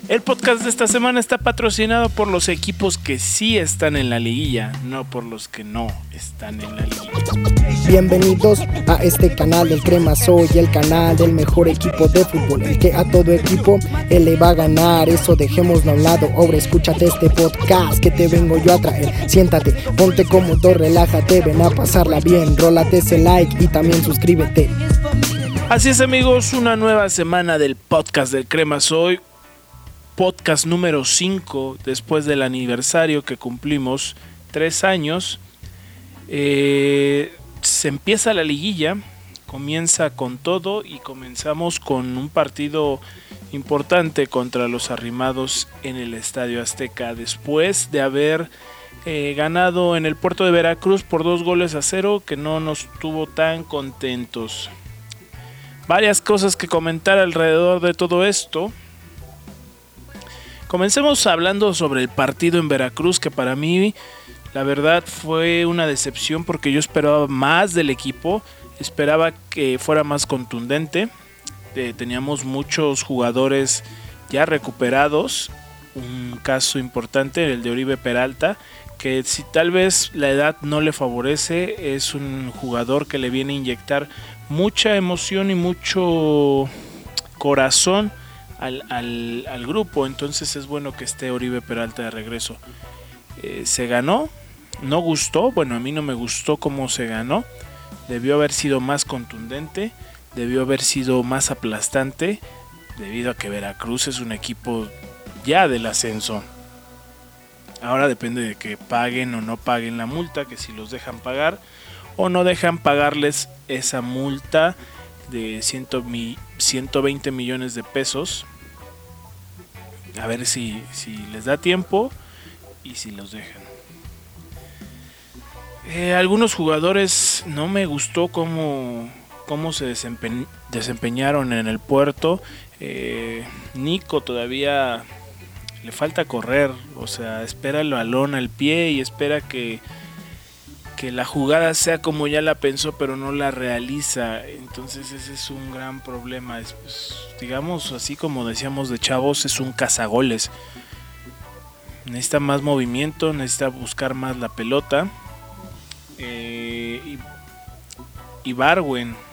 El podcast de esta semana está patrocinado por los equipos que sí están en la liguilla, no por los que no están en la liguilla. Bienvenidos a este canal del Crema Soy, el canal del mejor equipo de fútbol, el que a todo equipo él le va a ganar. Eso dejémoslo a un lado, ahora escúchate este podcast que te vengo yo a traer. Siéntate, ponte cómodo, relájate, ven a pasarla bien, rólate ese like y también suscríbete. Así es, amigos, una nueva semana del podcast del Crema Soy. Podcast número 5 después del aniversario que cumplimos 3 años. Se empieza la liguilla, comienza con todo y comenzamos con un partido importante contra los arrimados en el Estadio Azteca después de haber ganado en el puerto de Veracruz por 2-0, que no nos tuvo tan contentos. Varias cosas que comentar alrededor de todo esto. Comencemos hablando sobre el partido en Veracruz, que para mí la verdad fue una decepción porque yo esperaba más del equipo, esperaba que fuera más contundente. Teníamos muchos jugadores ya recuperados, un caso importante, el de Oribe Peralta, que si tal vez la edad no le favorece, es un jugador que le viene a inyectar mucha emoción y mucho corazón al grupo, entonces es bueno que esté Oribe Peralta de regreso. Se ganó, no gustó, bueno, a mí no me gustó cómo se ganó, debió haber sido más contundente, debió haber sido más aplastante, debido a que Veracruz es un equipo ya del ascenso. Ahora depende de que paguen o no paguen la multa, que si los dejan pagar o no dejan pagarles esa multa de 120 millones de pesos. A ver si les da tiempo y si los dejan. Algunos jugadores no me gustó cómo se desempeñaron en el puerto. Nico todavía le falta correr, o sea, espera el balón al pie y espera que la jugada sea como ya la pensó, pero no la realiza. Entonces ese es un gran problema. Digamos, así como decíamos de chavos, es un cazagoles. Necesita más movimiento, necesita buscar más la pelota. Ibargüen,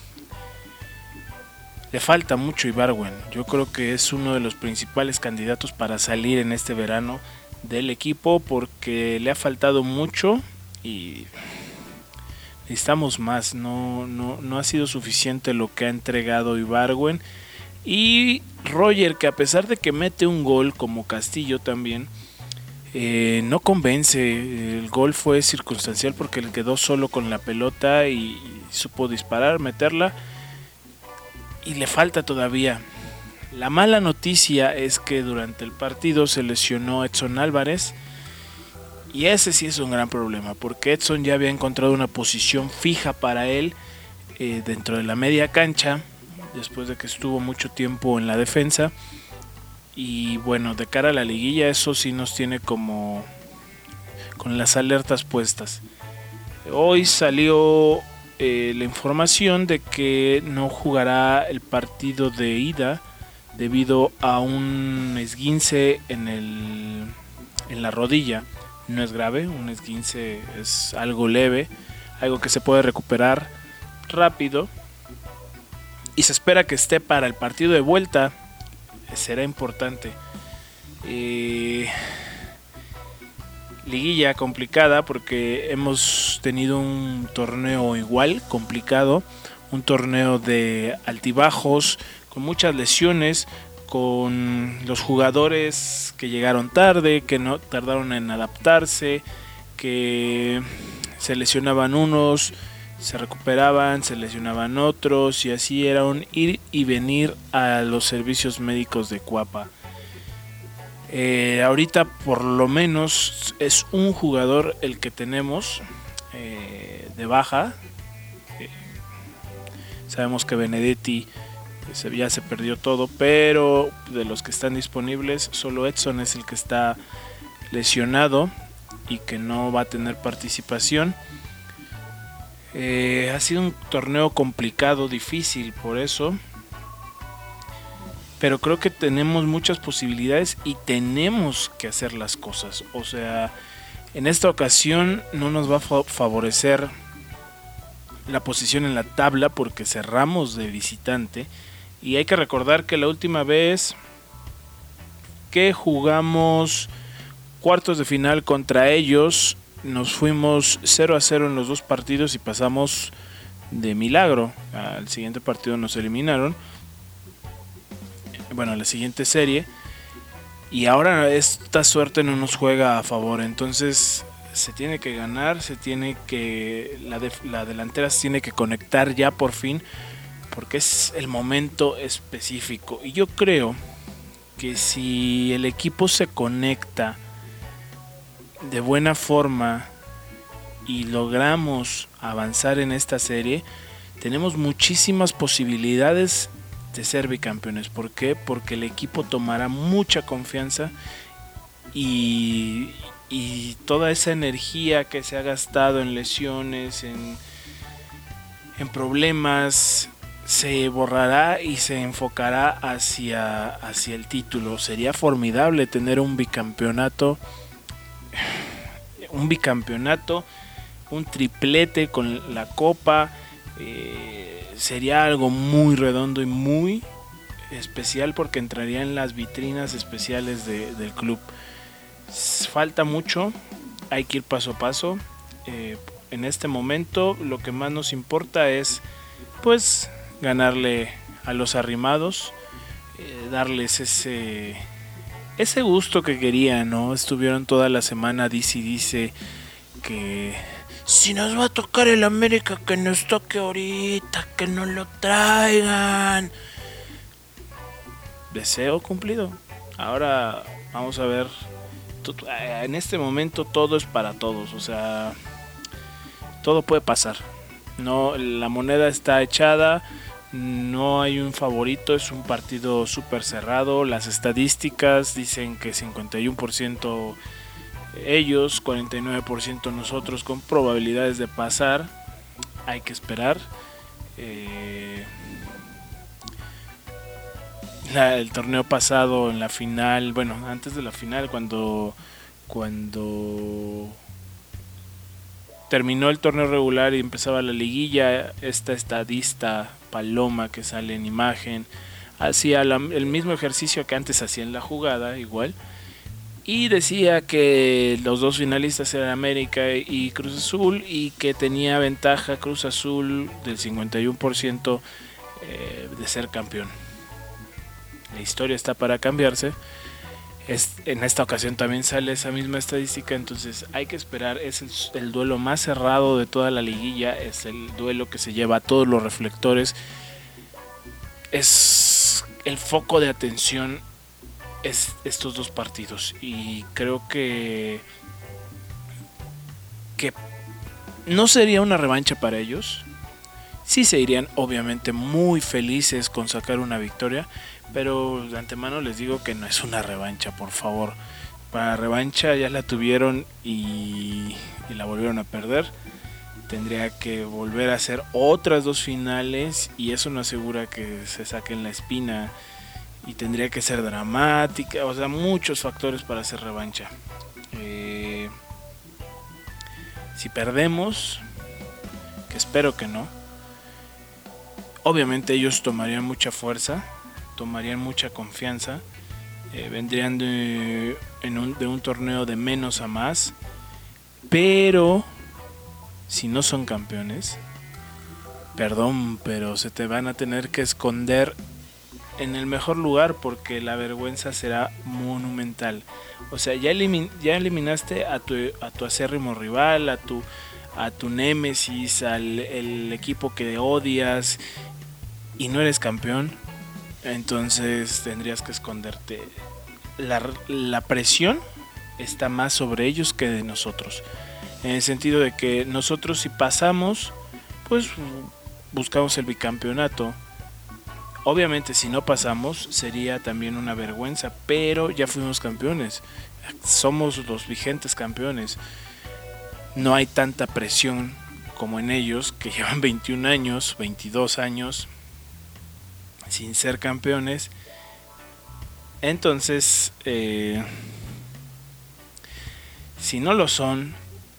le falta mucho Ibargüen. Yo creo que es uno de los principales candidatos para salir en este verano del equipo, porque le ha faltado mucho y necesitamos más. No ha sido suficiente lo que ha entregado Ibargüen. Y Roger, que a pesar de que mete un gol, como Castillo también, no convence. El gol fue circunstancial porque le quedó solo con la pelota y supo disparar, meterla, y le falta todavía. La mala noticia es que durante el partido se lesionó Edson Álvarez, y ese sí es un gran problema, porque Edson ya había encontrado una posición fija para él dentro de la media cancha, después de que estuvo mucho tiempo en la defensa. Y bueno, de cara a la liguilla, eso sí nos tiene como con las alertas puestas. Hoy salió la información de que no jugará el partido de ida debido a un esguince en la rodilla. No es grave, un esguince es algo leve, algo que se puede recuperar rápido, y se espera que esté para el partido de vuelta. Será importante. Liguilla complicada porque hemos tenido un torneo igual complicado, un torneo de altibajos, con muchas lesiones, con los jugadores que llegaron tarde, que no tardaron en adaptarse, que se lesionaban unos, se recuperaban, se lesionaban otros, y así era un ir y venir a los servicios médicos de Cuapa. Ahorita por lo menos es un jugador el que tenemos de baja. Sabemos que Benedetti ya se perdió todo, pero de los que están disponibles solo Edson es el que está lesionado y que no va a tener participación. Ha sido un torneo complicado, difícil por eso. pero creo que tenemos muchas posibilidades y tenemos que hacer las cosas. O sea, en esta ocasión no nos va a favorecer la posición en la tabla porque cerramos de visitante, y hay que recordar que la última vez que jugamos cuartos de final contra ellos nos fuimos 0-0 en los dos partidos y pasamos de milagro. Al siguiente partido nos eliminaron, bueno, la siguiente serie, y ahora esta suerte no nos juega a favor. Entonces se tiene que ganar, la delantera se tiene que conectar ya por fin, porque es el momento específico. Y yo creo que si el equipo se conecta de buena forma y logramos avanzar en esta serie, tenemos muchísimas posibilidades de ser bicampeones. ¿Por qué? Porque el equipo tomará mucha confianza y toda esa energía que se ha gastado en lesiones, en problemas, se borrará y se enfocará hacia el título. Sería formidable tener un bicampeonato, un triplete con la copa. Sería algo muy redondo y muy especial, porque entraría en las vitrinas especiales del club. Falta mucho, hay que ir paso a paso. En este momento lo que más nos importa es pues ganarle a los arrimados, darles ese gusto que querían, ¿no? Estuvieron toda la semana dice que si nos va a tocar el América, que nos toque ahorita, que nos lo traigan. Deseo cumplido. Ahora vamos a ver. En este momento todo es para todos, o sea, todo puede pasar. No, la moneda está echada, no hay un favorito, es un partido súper cerrado. Las estadísticas dicen que 51% ellos, 49% nosotros, con probabilidades de pasar. Hay que esperar. El torneo pasado, en la final, bueno, antes de la final, cuando terminó el torneo regular y empezaba la liguilla, esta estadista Paloma que sale en imagen hacía el mismo ejercicio que antes hacía en la jugada, igual, y decía que los dos finalistas eran América y Cruz Azul, y que tenía ventaja Cruz Azul del 51% de ser campeón. La historia está para cambiarse. En esta ocasión también sale esa misma estadística, entonces hay que esperar. Es el duelo más cerrado de toda la liguilla, es el duelo que se lleva a todos los reflectores, es el foco de atención, es estos dos partidos, y creo que no sería una revancha para ellos. Sí se irían obviamente muy felices con sacar una victoria, pero de antemano les digo que no es una revancha, por favor. Para revancha ya la tuvieron y la volvieron a perder. Tendría que volver a hacer otras dos finales y eso no asegura que se saquen la espina, y tendría que ser dramática, o sea, muchos factores para hacer revancha. Si perdemos, que espero que no, obviamente ellos tomarían mucha fuerza, tomarían mucha confianza, vendrían de un torneo de menos a más, pero si no son campeones, perdón, pero se te van a tener que esconder en el mejor lugar, porque la vergüenza será monumental. O sea, ya eliminaste a tu acérrimo rival, a tu némesis, el equipo que odias, y no eres campeón. Entonces tendrías que esconderte. La presión está más sobre ellos que de nosotros, en el sentido de que nosotros, si pasamos, pues buscamos el bicampeonato. Obviamente si no pasamos sería también una vergüenza, pero ya fuimos campeones, somos los vigentes campeones. No hay tanta presión como en ellos, que llevan 21 años, 22 años sin ser campeones, Entonces, si no lo son,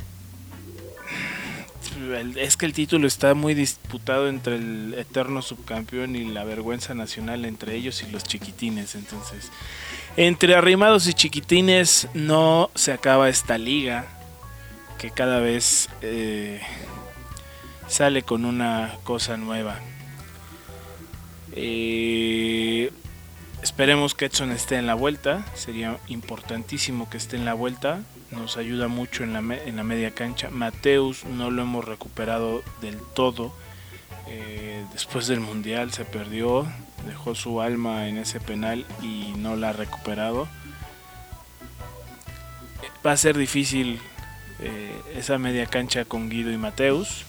es que el título está muy disputado entre el eterno subcampeón y la vergüenza nacional entre ellos y los chiquitines. Entonces, entre arrimados y chiquitines no se acaba esta liga que cada vez sale con una cosa nueva. Esperemos que Edson esté en la vuelta. Sería importantísimo que esté en la vuelta. Nos ayuda mucho en la media cancha. Mateus no lo hemos recuperado del todo. Después del mundial se perdió, dejó su alma en ese penal y no la ha recuperado. Va a ser difícil esa media cancha con Guido y Mateus.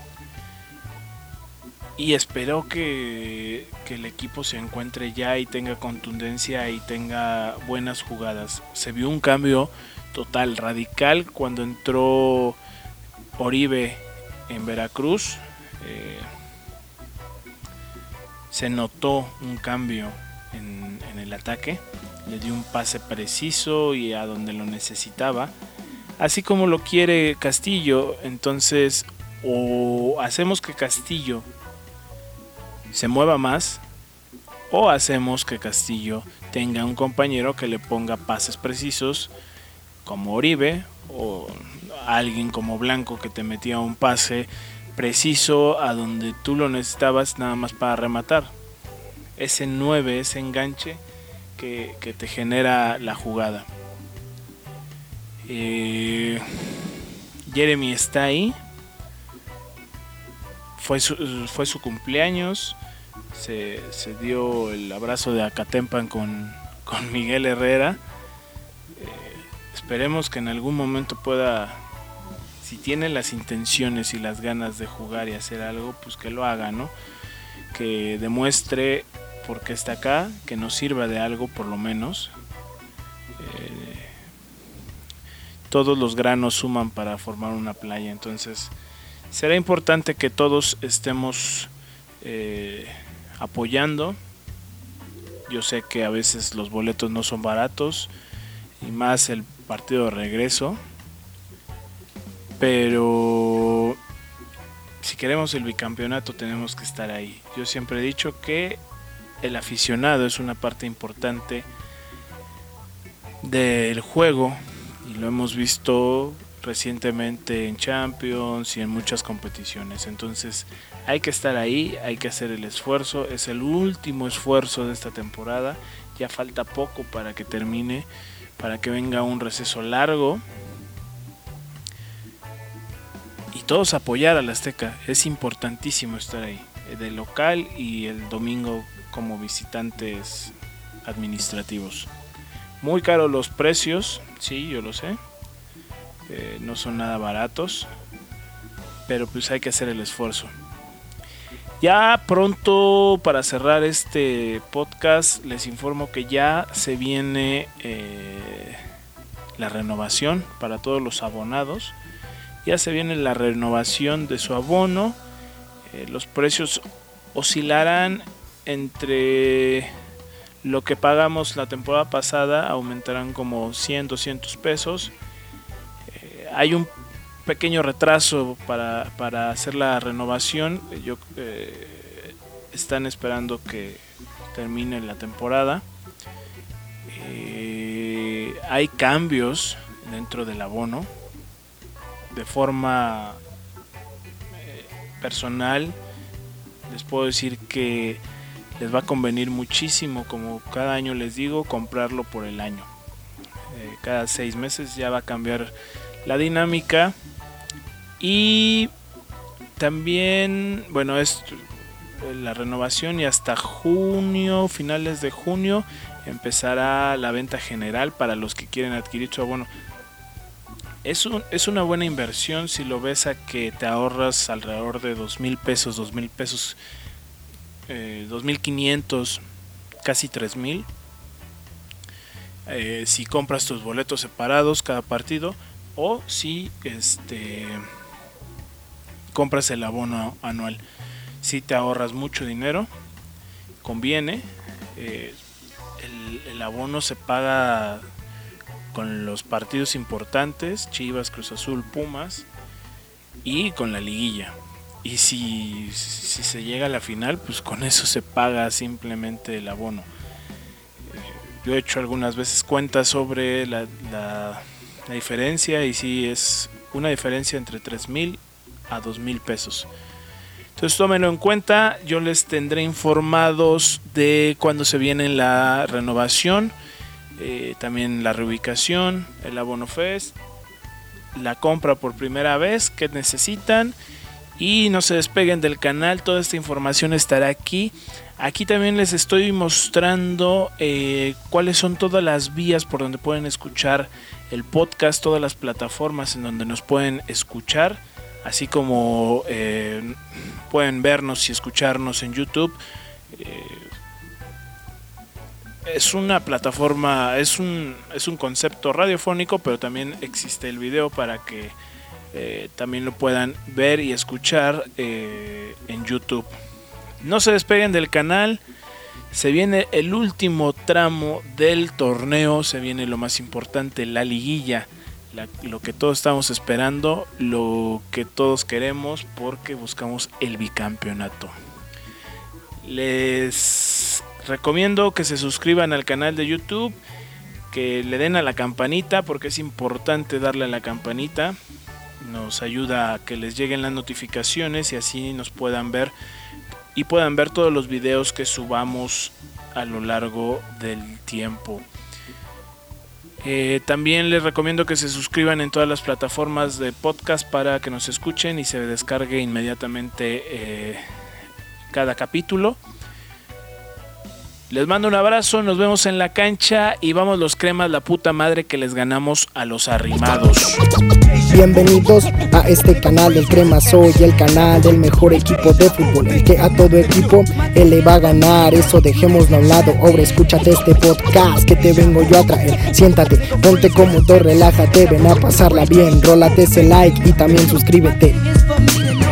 Y espero que el equipo se encuentre ya y tenga contundencia y tenga buenas jugadas. Se vio un cambio total, radical, cuando entró Oribe en Veracruz. Se notó un cambio en el ataque. Le dio un pase preciso y a donde lo necesitaba, así como lo quiere Castillo. Entonces, o hacemos que Castillo se mueva más, o hacemos que Castillo tenga un compañero que le ponga pases precisos como Oribe, o alguien como Blanco que te metía un pase preciso a donde tú lo necesitabas nada más para rematar. Ese 9, ese enganche que te genera la jugada. Jeremy está ahí. Fue su cumpleaños. Se dio el abrazo de Acatempan con Miguel Herrera. Esperemos que en algún momento pueda, si tiene las intenciones y las ganas de jugar y hacer algo, pues que lo haga, ¿no? Que demuestre por qué está acá, que nos sirva de algo por lo menos. Todos los granos suman para formar una playa, entonces será importante que todos estemos apoyando. Yo sé que a veces los boletos no son baratos, y más el partido de regreso, pero si queremos el bicampeonato tenemos que estar ahí. Yo siempre he dicho que el aficionado es una parte importante del juego, y lo hemos visto recientemente en Champions y en muchas competiciones. Entonces hay que estar ahí, hay que hacer el esfuerzo. Es el último esfuerzo de esta temporada, ya falta poco para que termine, para que venga un receso largo, y todos apoyar al Azteca. Es importantísimo estar ahí, de local y el domingo como visitantes administrativos. Muy caros los precios, sí, yo lo sé, no son nada baratos, pero pues hay que hacer el esfuerzo. Ya pronto, para cerrar este podcast, les informo que ya se viene la renovación para todos los abonados. Ya se viene la renovación de su abono. Los precios oscilarán entre lo que pagamos la temporada pasada, aumentarán como 100, 200 pesos. Hay un pequeño retraso para hacer la renovación. Están esperando que termine la temporada. Hay cambios dentro del abono. De forma personal, les puedo decir que les va a convenir muchísimo, como cada año les digo, comprarlo por el año. Cada 6 meses ya va a cambiar la dinámica. Y también, bueno, es la renovación, y hasta junio, finales de junio, empezará la venta general para los que quieren adquirir su abono. Es una buena inversión si lo ves a que te ahorras alrededor de 2,000 pesos, 2,500, casi 3,000. Si compras tus boletos separados cada partido, o si compras el abono anual. Si te ahorras mucho dinero, conviene. el abono se paga con los partidos importantes, Chivas, Cruz Azul, Pumas, y con la liguilla. Y si se llega a la final, pues con eso se paga simplemente el abono. Yo he hecho algunas veces cuentas sobre la diferencia, y sí es una diferencia entre 3,000 a 2,000 pesos. Entonces tómenlo en cuenta. Yo les tendré informados de cuándo se viene la renovación, también la reubicación, el abono fest, la compra por primera vez que necesitan. Y no se despeguen del canal, toda esta información estará aquí. Aquí también les estoy mostrando cuáles son todas las vías por donde pueden escuchar el podcast, todas las plataformas en donde nos pueden escuchar, así como pueden vernos y escucharnos en YouTube. Es una plataforma, es un concepto radiofónico, pero también existe el video para que también lo puedan ver y escuchar en YouTube. No se despeguen del canal. Se viene el último tramo del torneo. Se viene lo más importante, la liguilla, lo que todos estamos esperando, lo que todos queremos, porque buscamos el bicampeonato. Les recomiendo que se suscriban al canal de YouTube, que le den a la campanita, porque es importante darle a la campanita. Nos ayuda a que les lleguen las notificaciones y así nos puedan ver y puedan ver todos los videos que subamos a lo largo del tiempo. También les recomiendo que se suscriban en todas las plataformas de podcast para que nos escuchen y se descargue inmediatamente cada capítulo. Les mando un abrazo, nos vemos en la cancha y vamos los cremas, la puta madre que les ganamos a los arrimados. Bienvenidos a este canal del Crema Soy, el canal del mejor equipo de fútbol, el que a todo equipo él le va a ganar. Eso dejémoslo a un lado, ahora escúchate este podcast que te vengo yo a traer. Siéntate, ponte cómodo, relájate, ven a pasarla bien, rólate ese like y también suscríbete.